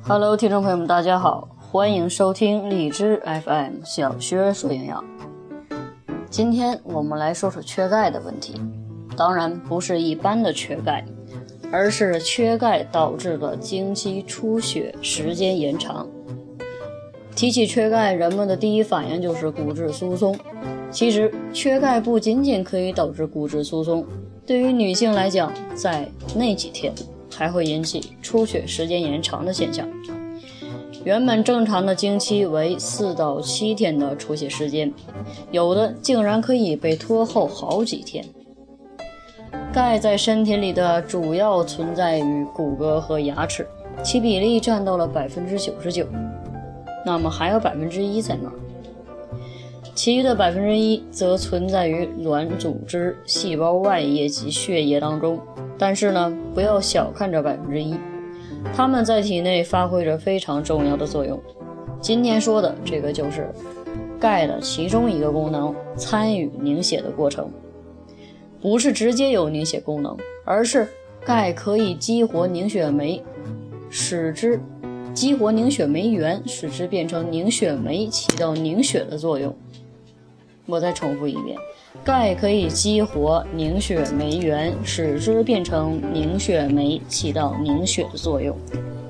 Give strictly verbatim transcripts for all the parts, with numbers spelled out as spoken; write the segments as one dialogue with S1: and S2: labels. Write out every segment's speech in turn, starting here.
S1: Hello， 听众朋友们，大家好，欢迎收听荔枝 F M 小薛说营养。今天我们来说说缺钙的问题，当然不是一般的缺钙，而是缺钙导致的经期出血时间延长。提起缺钙，人们的第一反应就是骨质疏松。其实缺钙不仅仅可以导致骨质疏松，对于女性来讲，在那几天还会引起出血时间延长的现象。原本正常的经期为四到七天的出血时间，有的竟然可以被拖后好几天。钙在身体里的主要存在于骨骼和牙齿，其比例占到了 百分之九十九。 那么还有 百分之一 在哪儿？其余的 百分之一 则存在于软组织、细胞外液及血液当中。但是呢，不要小看这 百分之一， 它们在体内发挥着非常重要的作用。今天说的这个就是钙的其中一个功能，参与凝血的过程。不是直接有凝血功能，而是钙可以激活凝血酶，使之激活凝血酶原，使之变成凝血酶，起到凝血的作用。我再重复一遍，钙可以激活凝血酶原，使之变成凝血酶，起到凝血的作用。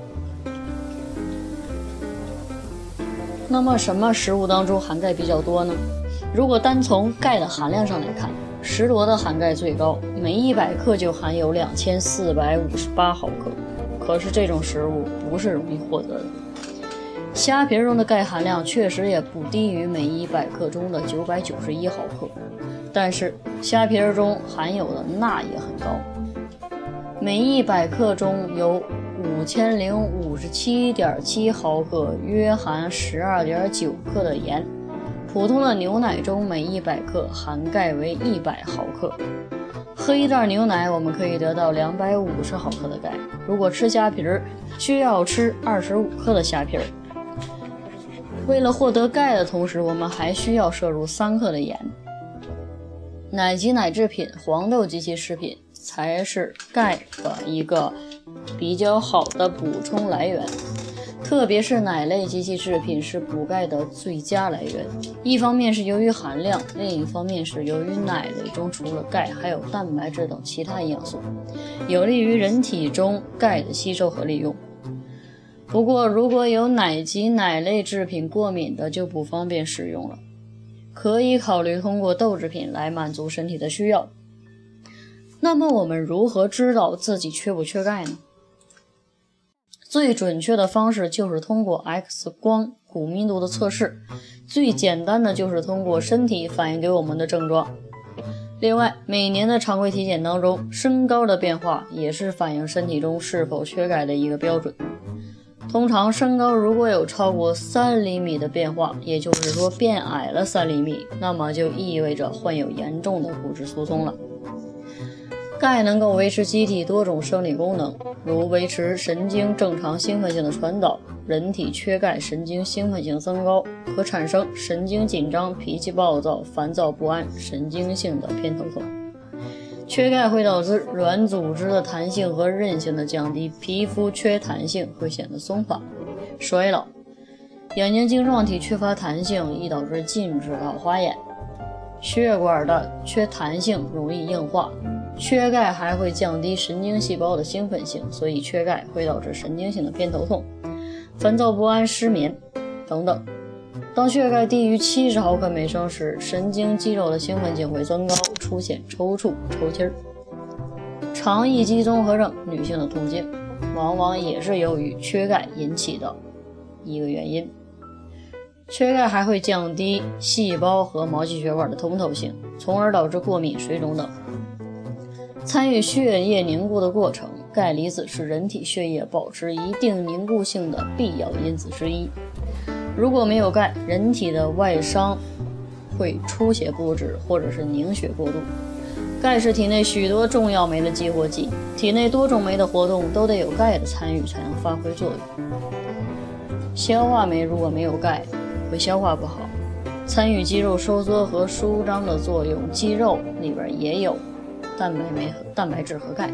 S1: 那么什么食物当中含钙比较多呢？如果单从钙的含量上来看，石螺的含钙最高，每一百克就含有两千四百五十八毫克。可是这种食物不是容易获得的。虾皮中的钙含量确实也不低于每一百克中的九百九十一毫克，但是虾皮中含有的钠也很高，每一百克中有五千零五十七点七毫克，约含 十二点九克的盐。普通的牛奶中每一百克含钙为一百毫克。喝一袋牛奶，我们可以得到两百五十毫克的钙。如果吃虾皮儿，需要吃二十五克的虾皮儿。为了获得钙的同时，我们还需要摄入三克的盐。奶及奶制品、黄豆及其食品才是钙的一个比较好的补充来源。特别是奶类及其制品是补钙的最佳来源，一方面是由于含量，另一方面是由于奶类中除了钙还有蛋白质等其他营养素，有利于人体中钙的吸收和利用。不过如果有奶及奶类制品过敏的就不方便使用了，可以考虑通过豆制品来满足身体的需要。那么我们如何知道自己缺不缺钙呢？最准确的方式就是通过 X 光骨密度的测试，最简单的就是通过身体反映给我们的症状。另外，每年的常规体检当中，身高的变化也是反映身体中是否缺钙的一个标准。通常身高如果有超过三厘米的变化，也就是说变矮了三厘米，那么就意味着患有严重的骨质疏松了。钙能够维持机体多种生理功能，如维持神经正常兴奋性的传导。人体缺钙，神经兴奋性增高，可产生神经紧张、脾气暴躁、烦躁不安、神经性的偏头痛。缺钙会导致软组织的弹性和韧性的降低，皮肤缺弹性会显得松垮、衰老。眼睛晶状体缺乏弹性，易导致近视老花眼。血管的缺弹性容易硬化。缺钙还会降低神经细胞的兴奋性，所以缺钙会导致神经性的偏头痛、烦躁不安、失眠等等。当血钙低于七十毫克每升时，神经肌肉的兴奋性会增高，出现抽搐、抽筋儿。肠易激综合症，女性的痛经往往也是由于缺钙引起的一个原因。缺钙还会降低细胞和毛细血管的通透性，从而导致过敏、水肿等。参与血液凝固的过程，钙离子是人体血液保持一定凝固性的必要因子之一。如果没有钙，人体的外伤会出血不止，或者是凝血过度。钙是体内许多重要酶的激活剂，体内多种酶的活动都得有钙的参与才能发挥作用。消化酶如果没有钙，会消化不好，参与肌肉收缩和舒张的作用。肌肉里边也有蛋白酶和蛋白质和钙，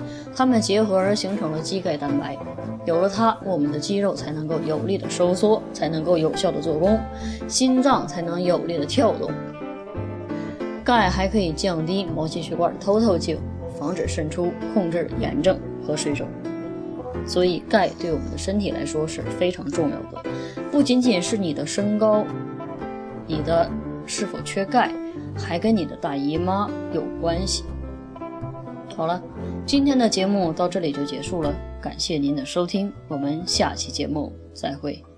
S1: 它们结合而形成了肌钙蛋白，有了它，我们的肌肉才能够有力的收缩，才能够有效的做工，心脏才能有力的跳动。钙还可以降低毛细血管的透透镜，防止渗出，控制炎症和水肿。所以钙对我们的身体来说是非常重要的，不仅仅是你的身高，你的是否缺钙，还跟你的大姨妈有关系。好了，今天的节目到这里就结束了，感谢您的收听，我们下期节目再会。